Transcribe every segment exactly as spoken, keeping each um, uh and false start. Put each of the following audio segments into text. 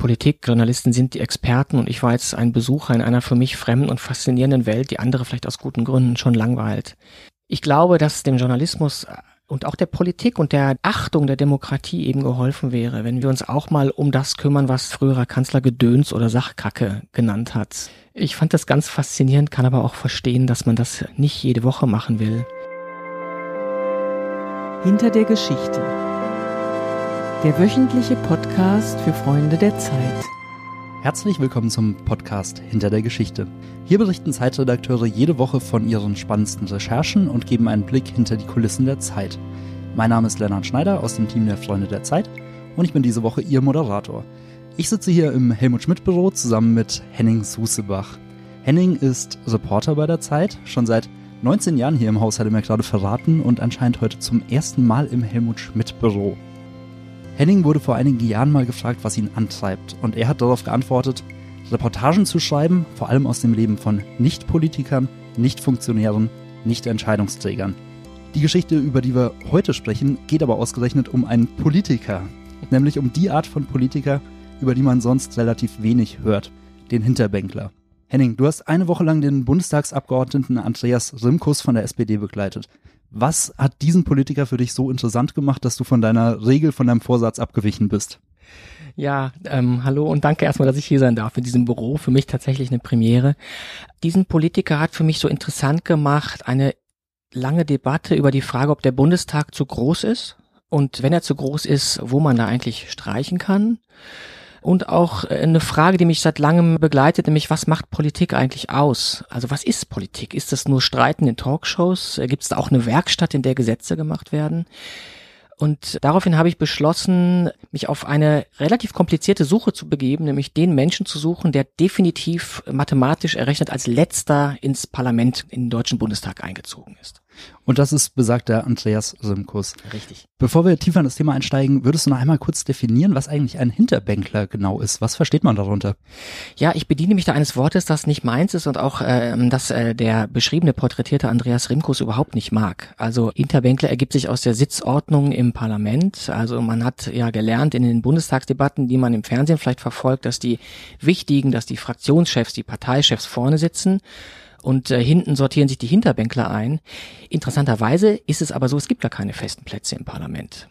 Politikjournalisten sind die Experten und ich war jetzt ein Besucher in einer für mich fremden und faszinierenden Welt, die andere vielleicht aus guten Gründen schon langweilt. Ich glaube, dass dem Journalismus und auch der Politik und der Achtung der Demokratie eben geholfen wäre, wenn wir uns auch mal um das kümmern, was früherer Kanzler Gedöns oder Sachkacke genannt hat. Ich fand das ganz faszinierend, kann aber auch verstehen, dass man das nicht jede Woche machen will. Hinter der Geschichte. Der wöchentliche Podcast für Freunde der Zeit. Herzlich willkommen zum Podcast Hinter der Geschichte. Hier berichten Zeitredakteure jede Woche von ihren spannendsten Recherchen und geben einen Blick hinter die Kulissen der Zeit. Mein Name ist Lennart Schneider aus dem Team der Freunde der Zeit und ich bin diese Woche Ihr Moderator. Ich sitze hier im Helmut-Schmidt-Büro zusammen mit Henning Susebach. Henning ist Reporter bei der Zeit, schon seit neunzehn Jahren hier im Haus, hat er mir gerade verraten, und anscheinend heute zum ersten Mal im Helmut-Schmidt-Büro. Henning wurde vor einigen Jahren mal gefragt, was ihn antreibt, und er hat darauf geantwortet, Reportagen zu schreiben, vor allem aus dem Leben von Nicht-Politikern, Nicht-Funktionären, Nicht-Entscheidungsträgern. Die Geschichte, über die wir heute sprechen, geht aber ausgerechnet um einen Politiker, nämlich um die Art von Politiker, über die man sonst relativ wenig hört, den Hinterbänkler. Henning, du hast eine Woche lang den Bundestagsabgeordneten Andreas Rimkus von der S P D begleitet. Was hat diesen Politiker für dich so interessant gemacht, dass du von deiner Regel, von deinem Vorsatz abgewichen bist? Ja, ähm, hallo und danke erstmal, dass ich hier sein darf in diesem Büro. Für mich tatsächlich eine Premiere. Diesen Politiker hat für mich so interessant gemacht, eine lange Debatte über die Frage, ob der Bundestag zu groß ist und wenn er zu groß ist, wo man da eigentlich streichen kann. Und auch eine Frage, die mich seit langem begleitet, nämlich was macht Politik eigentlich aus? Also was ist Politik? Ist das nur Streiten in Talkshows? Gibt es da auch eine Werkstatt, in der Gesetze gemacht werden? Und daraufhin habe ich beschlossen, mich auf eine relativ komplizierte Suche zu begeben, nämlich den Menschen zu suchen, der definitiv mathematisch errechnet als letzter ins Parlament, in den Deutschen Bundestag eingezogen ist. Und das ist besagter Andreas Rimkus. Richtig. Bevor wir tiefer in das Thema einsteigen, würdest du noch einmal kurz definieren, was eigentlich ein Hinterbänkler genau ist? Was versteht man darunter? Ja, ich bediene mich da eines Wortes, das nicht meins ist und auch ähm, das äh, der beschriebene, porträtierte Andreas Rimkus überhaupt nicht mag. Also Hinterbänkler ergibt sich aus der Sitzordnung im Parlament. Also man hat ja gelernt in den Bundestagsdebatten, die man im Fernsehen vielleicht verfolgt, dass die wichtigen, dass die Fraktionschefs, die Parteichefs vorne sitzen. Und äh, hinten sortieren sich die Hinterbänkler ein. Interessanterweise ist es aber so, es gibt gar keine festen Plätze im Parlament.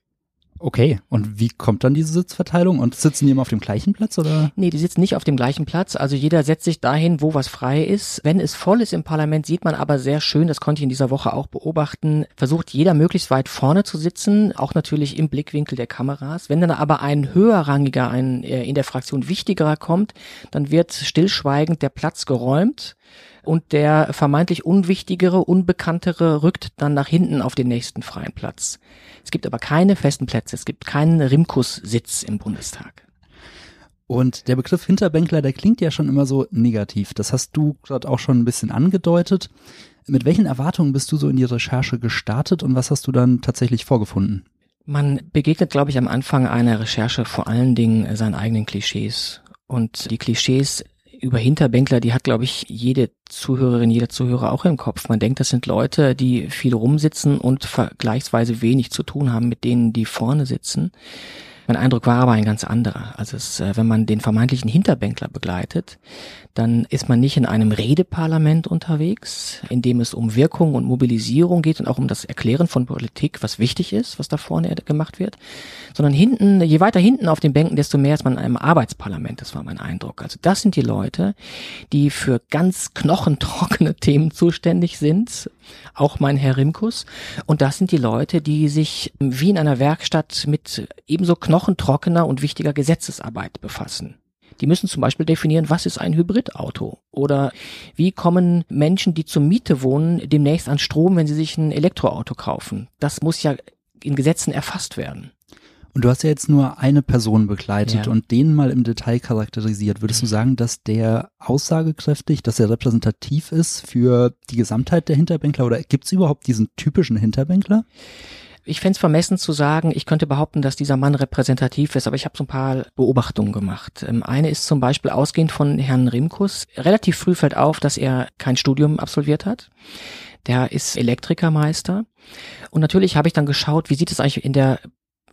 Okay, und wie kommt dann diese Sitzverteilung? Und sitzen die immer auf dem gleichen Platz, oder? Nee, die sitzen nicht auf dem gleichen Platz. Also jeder setzt sich dahin, wo was frei ist. Wenn es voll ist im Parlament, sieht man aber sehr schön, das konnte ich in dieser Woche auch beobachten, versucht jeder möglichst weit vorne zu sitzen, auch natürlich im Blickwinkel der Kameras. Wenn dann aber ein höherrangiger, ein in der Fraktion wichtigerer kommt, dann wird stillschweigend der Platz geräumt. Und der vermeintlich unwichtigere, unbekanntere rückt dann nach hinten auf den nächsten freien Platz. Es gibt aber keine festen Plätze, es gibt keinen Rimkus-Sitz im Bundestag. Und der Begriff Hinterbänkler, der klingt ja schon immer so negativ. Das hast du gerade auch schon ein bisschen angedeutet. Mit welchen Erwartungen bist du so in die Recherche gestartet und was hast du dann tatsächlich vorgefunden? Man begegnet, glaube ich, am Anfang einer Recherche vor allen Dingen seinen eigenen Klischees. Und die Klischees über Hinterbänkler, die hat, glaube ich, jede Zuhörerin, jeder Zuhörer auch im Kopf. Man denkt, das sind Leute, die viel rumsitzen und vergleichsweise wenig zu tun haben mit denen, die vorne sitzen. Mein Eindruck war aber ein ganz anderer. Also es, wenn man den vermeintlichen Hinterbänkler begleitet, dann ist man nicht in einem Redeparlament unterwegs, in dem es um Wirkung und Mobilisierung geht und auch um das Erklären von Politik, was wichtig ist, was da vorne gemacht wird, sondern hinten, je weiter hinten auf den Bänken, desto mehr ist man in einem Arbeitsparlament. Das war mein Eindruck. Also das sind die Leute, die für ganz knochentrockene Themen zuständig sind, auch mein Herr Rimkus. Und das sind die Leute, die sich wie in einer Werkstatt mit ebenso knochentrockener und wichtiger Gesetzesarbeit befassen. Die müssen zum Beispiel definieren, was ist ein Hybridauto? Oder wie kommen Menschen, die zur Miete wohnen, demnächst an Strom, wenn sie sich ein Elektroauto kaufen? Das muss ja in Gesetzen erfasst werden. Und du hast ja jetzt nur eine Person begleitet ja. und den mal im Detail charakterisiert. Würdest du sagen, dass der aussagekräftig, dass er repräsentativ ist für die Gesamtheit der Hinterbänkler? Oder gibt es überhaupt diesen typischen Hinterbänkler? Ich fände es vermessen zu sagen, ich könnte behaupten, dass dieser Mann repräsentativ ist, aber ich habe so ein paar Beobachtungen gemacht. Eine ist zum Beispiel ausgehend von Herrn Rimkus. Relativ früh fällt auf, dass er kein Studium absolviert hat. Der ist Elektrikermeister. Und natürlich habe ich dann geschaut, wie sieht es eigentlich in der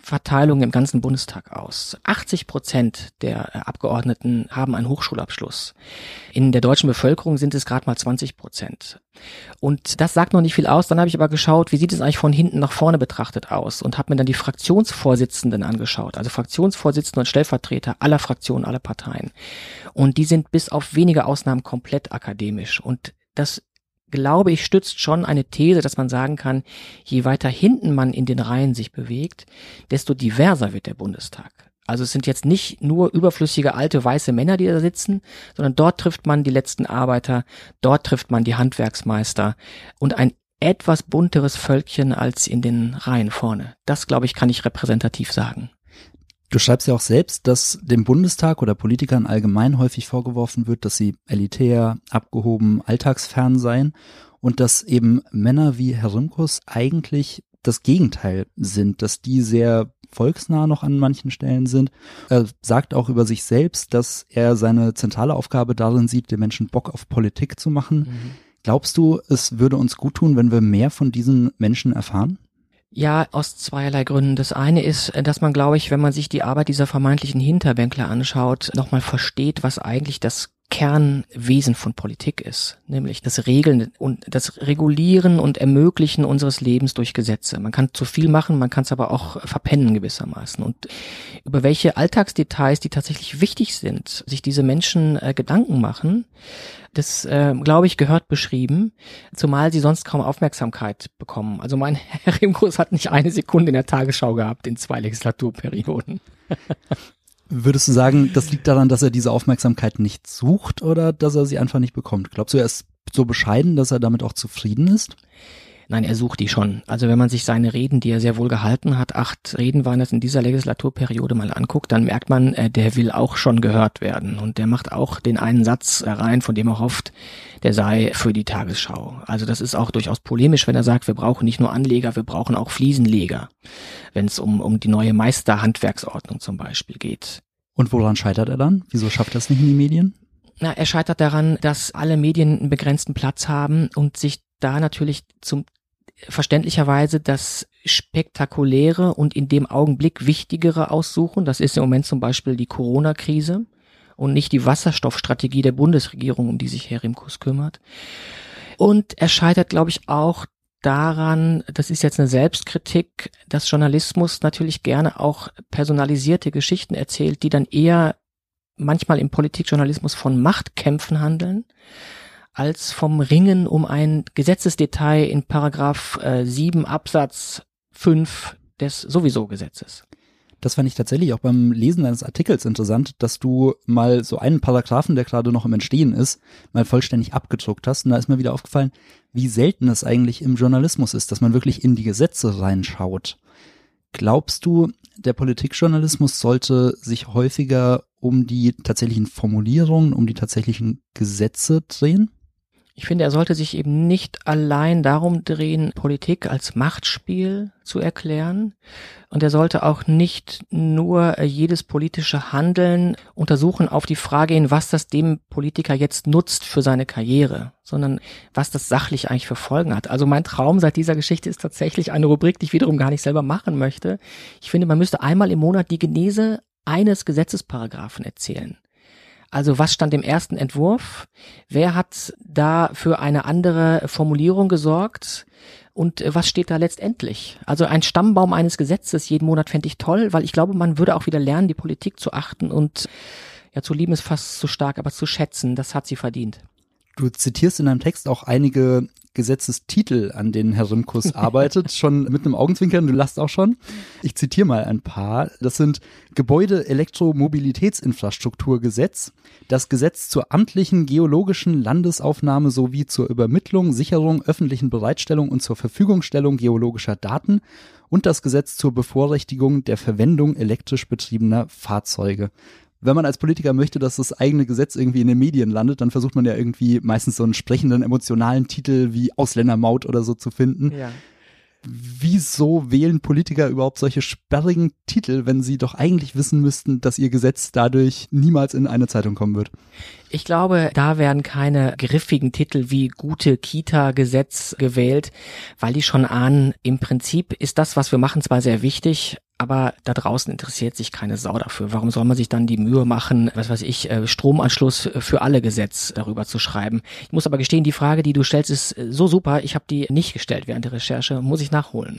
Verteilung im ganzen Bundestag aus. achtzig Prozent der Abgeordneten haben einen Hochschulabschluss. In der deutschen Bevölkerung sind es gerade mal zwanzig Prozent. Und das sagt noch nicht viel aus. Dann habe ich aber geschaut, wie sieht es eigentlich von hinten nach vorne betrachtet aus und habe mir dann die Fraktionsvorsitzenden angeschaut, also Fraktionsvorsitzende und Stellvertreter aller Fraktionen, aller Parteien. Und die sind bis auf wenige Ausnahmen komplett akademisch. Und das, glaube ich, stützt schon eine These, dass man sagen kann, je weiter hinten man in den Reihen sich bewegt, desto diverser wird der Bundestag. Also es sind jetzt nicht nur überflüssige alte weiße Männer, die da sitzen, sondern dort trifft man die letzten Arbeiter, dort trifft man die Handwerksmeister und ein etwas bunteres Völkchen als in den Reihen vorne. Das, glaube ich, kann ich repräsentativ sagen. Du schreibst ja auch selbst, dass dem Bundestag oder Politikern allgemein häufig vorgeworfen wird, dass sie elitär, abgehoben, alltagsfern seien und dass eben Männer wie Herr Rimkus eigentlich das Gegenteil sind, dass die sehr volksnah noch an manchen Stellen sind. Er sagt auch über sich selbst, dass er seine zentrale Aufgabe darin sieht, den Menschen Bock auf Politik zu machen. Mhm. Glaubst du, es würde uns gut tun, wenn wir mehr von diesen Menschen erfahren? Ja, aus zweierlei Gründen. Das eine ist, dass man, glaube ich, wenn man sich die Arbeit dieser vermeintlichen Hinterbänkler anschaut, nochmal versteht, was eigentlich das Kernwesen von Politik ist, nämlich das Regeln und das Regulieren und Ermöglichen unseres Lebens durch Gesetze. Man kann zu viel machen, man kann es aber auch verpennen gewissermaßen. Und über welche Alltagsdetails, die tatsächlich wichtig sind, sich diese Menschen äh, Gedanken machen, das, äh, glaube ich, gehört beschrieben, zumal sie sonst kaum Aufmerksamkeit bekommen. Also mein Herr Rimkus hat nicht eine Sekunde in der Tagesschau gehabt in zwei Legislaturperioden. Würdest du sagen, das liegt daran, dass er diese Aufmerksamkeit nicht sucht oder dass er sie einfach nicht bekommt? Glaubst du, er ist so bescheiden, dass er damit auch zufrieden ist? Nein, er sucht die schon. Also wenn man sich seine Reden, die er sehr wohl gehalten hat, acht Reden waren das in dieser Legislaturperiode mal anguckt, dann merkt man, der will auch schon gehört werden. Und der macht auch den einen Satz rein, von dem er hofft, der sei für die Tagesschau. Also das ist auch durchaus polemisch, wenn er sagt, wir brauchen nicht nur Anleger, wir brauchen auch Fliesenleger, wenn es um, um die neue Meisterhandwerksordnung zum Beispiel geht. Und woran scheitert er dann? Wieso schafft er es nicht in die Medien? Na, er scheitert daran, dass alle Medien einen begrenzten Platz haben und sich da natürlich zum verständlicherweise das Spektakuläre und in dem Augenblick Wichtigere aussuchen. Das ist im Moment zum Beispiel die Corona-Krise und nicht die Wasserstoffstrategie der Bundesregierung, um die sich Herr Rimkus kümmert. Und er scheitert, glaube ich, auch daran, das ist jetzt eine Selbstkritik, dass Journalismus natürlich gerne auch personalisierte Geschichten erzählt, die dann eher manchmal im Politikjournalismus von Machtkämpfen handeln, als vom Ringen um ein Gesetzesdetail in Paragraph äh, sieben Absatz fünf des sowieso Gesetzes. Das fand ich tatsächlich auch beim Lesen deines Artikels interessant, dass du mal so einen Paragraphen, der gerade noch im Entstehen ist, mal vollständig abgedruckt hast. Und da ist mir wieder aufgefallen, wie selten es eigentlich im Journalismus ist, dass man wirklich in die Gesetze reinschaut. Glaubst du, der Politikjournalismus sollte sich häufiger um die tatsächlichen Formulierungen, um die tatsächlichen Gesetze drehen? Ich finde, er sollte sich eben nicht allein darum drehen, Politik als Machtspiel zu erklären. Und er sollte auch nicht nur jedes politische Handeln untersuchen auf die Frage hin, was das dem Politiker jetzt nutzt für seine Karriere, sondern was das sachlich eigentlich für Folgen hat. Also mein Traum seit dieser Geschichte ist tatsächlich eine Rubrik, die ich wiederum gar nicht selber machen möchte. Ich finde, man müsste einmal im Monat die Genese eines Gesetzesparagraphen erzählen. Also was stand im ersten Entwurf? Wer hat da für eine andere Formulierung gesorgt? Und was steht da letztendlich? Also ein Stammbaum eines Gesetzes jeden Monat fände ich toll, weil ich glaube, man würde auch wieder lernen, die Politik zu achten und ja, zu lieben ist fast zu stark, aber zu schätzen, das hat sie verdient. Du zitierst in deinem Text auch einige Gesetzestitel, an denen Herr Rimkus arbeitet, schon mit einem Augenzwinkern, du lachst auch schon. Ich zitiere mal ein paar. Das sind Gebäude-Elektromobilitätsinfrastrukturgesetz, das Gesetz zur amtlichen geologischen Landesaufnahme sowie zur Übermittlung, Sicherung, öffentlichen Bereitstellung und zur Verfügungstellung geologischer Daten und das Gesetz zur Bevorrechtigung der Verwendung elektrisch betriebener Fahrzeuge. Wenn man als Politiker möchte, dass das eigene Gesetz irgendwie in den Medien landet, dann versucht man ja irgendwie meistens so einen sprechenden, emotionalen Titel wie Ausländermaut oder so zu finden. Ja. Wieso wählen Politiker überhaupt solche sperrigen Titel, wenn sie doch eigentlich wissen müssten, dass ihr Gesetz dadurch niemals in eine Zeitung kommen wird? Ich glaube, da werden keine griffigen Titel wie gute Kita-Gesetz gewählt, weil die schon ahnen, im Prinzip ist das, was wir machen, zwar sehr wichtig, Aber da draußen interessiert sich keine Sau dafür. Warum soll man sich dann die Mühe machen, was weiß ich, Stromanschluss für alle Gesetz darüber zu schreiben? Ich muss aber gestehen, die Frage, die du stellst, ist so super. Ich habe die nicht gestellt während der Recherche. Muss ich nachholen.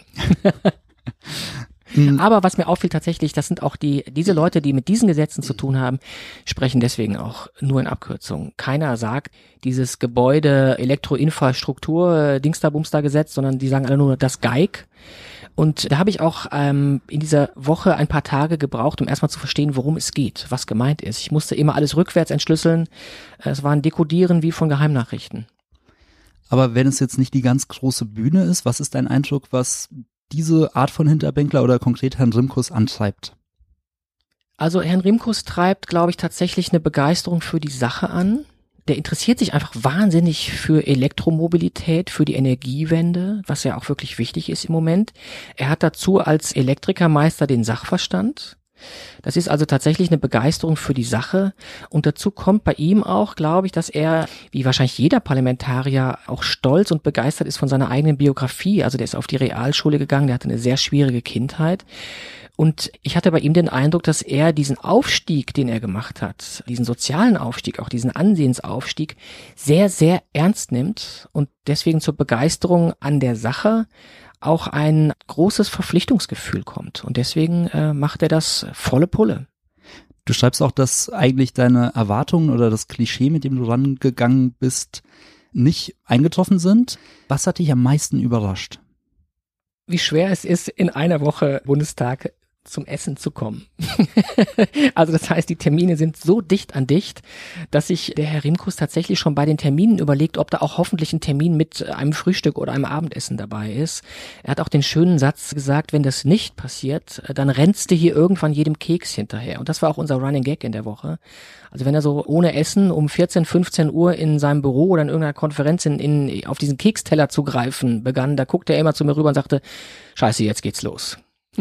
Aber was mir auffiel tatsächlich, das sind auch die, diese Leute, die mit diesen Gesetzen zu tun haben, sprechen deswegen auch nur in Abkürzungen. Keiner sagt dieses Gebäude Elektroinfrastruktur Dingster-Bumster-Gesetz, sondern die sagen alle nur das G E I G. Und da habe ich auch ähm, in dieser Woche ein paar Tage gebraucht, um erstmal zu verstehen, worum es geht, was gemeint ist. Ich musste immer alles rückwärts entschlüsseln. Es war ein Dekodieren wie von Geheimnachrichten. Aber wenn es jetzt nicht die ganz große Bühne ist, was ist dein Eindruck, was diese Art von Hinterbänkler oder konkret Herrn Rimkus antreibt? Also Herrn Rimkus treibt, glaube ich, tatsächlich eine Begeisterung für die Sache an. Der interessiert sich einfach wahnsinnig für Elektromobilität, für die Energiewende, was ja auch wirklich wichtig ist im Moment. Er hat dazu als Elektrikermeister den Sachverstand. Das ist also tatsächlich eine Begeisterung für die Sache. Und dazu kommt bei ihm auch, glaube ich, dass er, wie wahrscheinlich jeder Parlamentarier, auch stolz und begeistert ist von seiner eigenen Biografie. Also der ist auf die Realschule gegangen, der hatte eine sehr schwierige Kindheit. Und ich hatte bei ihm den Eindruck, dass er diesen Aufstieg, den er gemacht hat, diesen sozialen Aufstieg, auch diesen Ansehensaufstieg, sehr, sehr ernst nimmt und deswegen zur Begeisterung an der Sache auch ein großes Verpflichtungsgefühl kommt. Und deswegen äh, macht er das volle Pulle. Du schreibst auch, dass eigentlich deine Erwartungen oder das Klischee, mit dem du rangegangen bist, nicht eingetroffen sind. Was hat dich am meisten überrascht? Wie schwer es ist, in einer Woche Bundestag zum Essen zu kommen. Also das heißt, die Termine sind so dicht an dicht, dass sich der Herr Rimkus tatsächlich schon bei den Terminen überlegt, ob da auch hoffentlich ein Termin mit einem Frühstück oder einem Abendessen dabei ist. Er hat auch den schönen Satz gesagt, wenn das nicht passiert, dann rennst du hier irgendwann jedem Keks hinterher. Und das war auch unser Running Gag in der Woche. Also wenn er so ohne Essen um vierzehn, fünfzehn Uhr in seinem Büro oder in irgendeiner Konferenz in, in, auf diesen Keksteller zu greifen begann, da guckte er immer zu mir rüber und sagte, Scheiße, jetzt geht's los.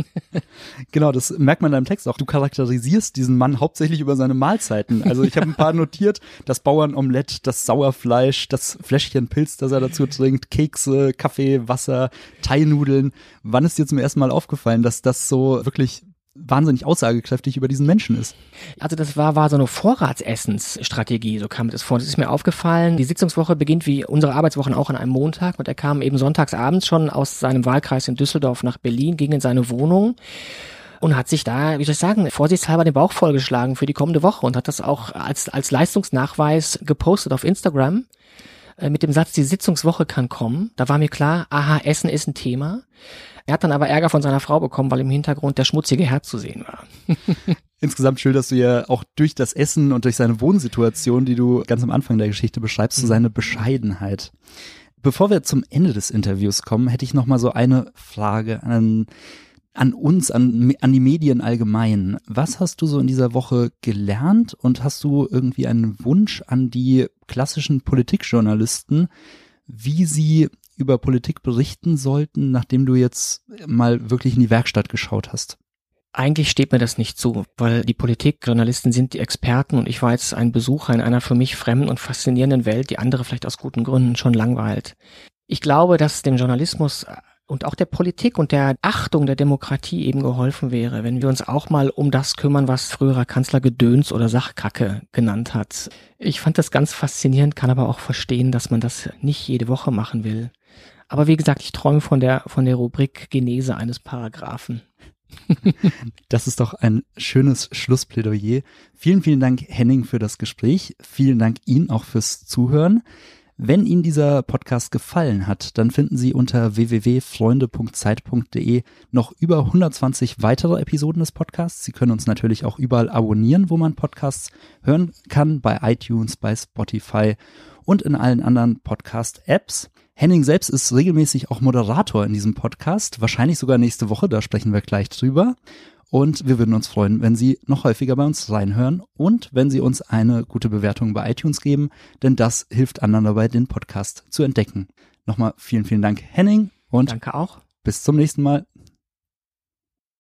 Genau, das merkt man in deinem Text auch. Du charakterisierst diesen Mann hauptsächlich über seine Mahlzeiten. Also ich habe ein paar notiert, das Bauernomelett, das Sauerfleisch, das Fläschchen Pilz, das er dazu trinkt, Kekse, Kaffee, Wasser, Thai-Nudeln. Wann ist dir zum ersten Mal aufgefallen, dass das so wirklich wahnsinnig aussagekräftig über diesen Menschen ist? Also das war, war so eine Vorratsessensstrategie, so kam das vor. Das ist mir aufgefallen. Die Sitzungswoche beginnt wie unsere Arbeitswochen auch an einem Montag und er kam eben sonntagsabends schon aus seinem Wahlkreis in Düsseldorf nach Berlin, ging in seine Wohnung und hat sich da, wie soll ich sagen, vorsichtshalber den Bauch vollgeschlagen für die kommende Woche und hat das auch als, als Leistungsnachweis gepostet auf Instagram äh, mit dem Satz, die Sitzungswoche kann kommen. Da war mir klar, aha, Essen ist ein Thema. Er hat dann aber Ärger von seiner Frau bekommen, weil im Hintergrund der schmutzige Herd zu sehen war. Insgesamt schilderst du ja auch durch das Essen und durch seine Wohnsituation, die du ganz am Anfang der Geschichte beschreibst, so seine Bescheidenheit. Bevor wir zum Ende des Interviews kommen, hätte ich noch mal so eine Frage an, an uns, an, an die Medien allgemein. Was hast du so in dieser Woche gelernt und hast du irgendwie einen Wunsch an die klassischen Politikjournalisten, wie sie über Politik berichten sollten, nachdem du jetzt mal wirklich in die Werkstatt geschaut hast? Eigentlich steht mir das nicht zu, weil die Politikjournalisten sind die Experten und ich war jetzt ein Besucher in einer für mich fremden und faszinierenden Welt, die andere vielleicht aus guten Gründen schon langweilt. Ich glaube, dass dem Journalismus und auch der Politik und der Achtung der Demokratie eben geholfen wäre, wenn wir uns auch mal um das kümmern, was früherer Kanzler Gedöns oder Sachkacke genannt hat. Ich fand das ganz faszinierend, kann aber auch verstehen, dass man das nicht jede Woche machen will. Aber wie gesagt, ich träume von der, von der Rubrik Genese eines Paragraphen. Das ist doch ein schönes Schlussplädoyer. Vielen, vielen Dank, Henning, für das Gespräch. Vielen Dank Ihnen auch fürs Zuhören. Wenn Ihnen dieser Podcast gefallen hat, dann finden Sie unter w w w punkt freunde punkt zeit punkt de noch über hundertzwanzig weitere Episoden des Podcasts. Sie können uns natürlich auch überall abonnieren, wo man Podcasts hören kann, bei iTunes, bei Spotify und in allen anderen Podcast-Apps. Henning selbst ist regelmäßig auch Moderator in diesem Podcast, wahrscheinlich sogar nächste Woche, da sprechen wir gleich drüber. Und wir würden uns freuen, wenn Sie noch häufiger bei uns reinhören und wenn Sie uns eine gute Bewertung bei iTunes geben, denn das hilft anderen dabei, den Podcast zu entdecken. Nochmal vielen, vielen Dank, Henning, und danke auch. Bis zum nächsten Mal.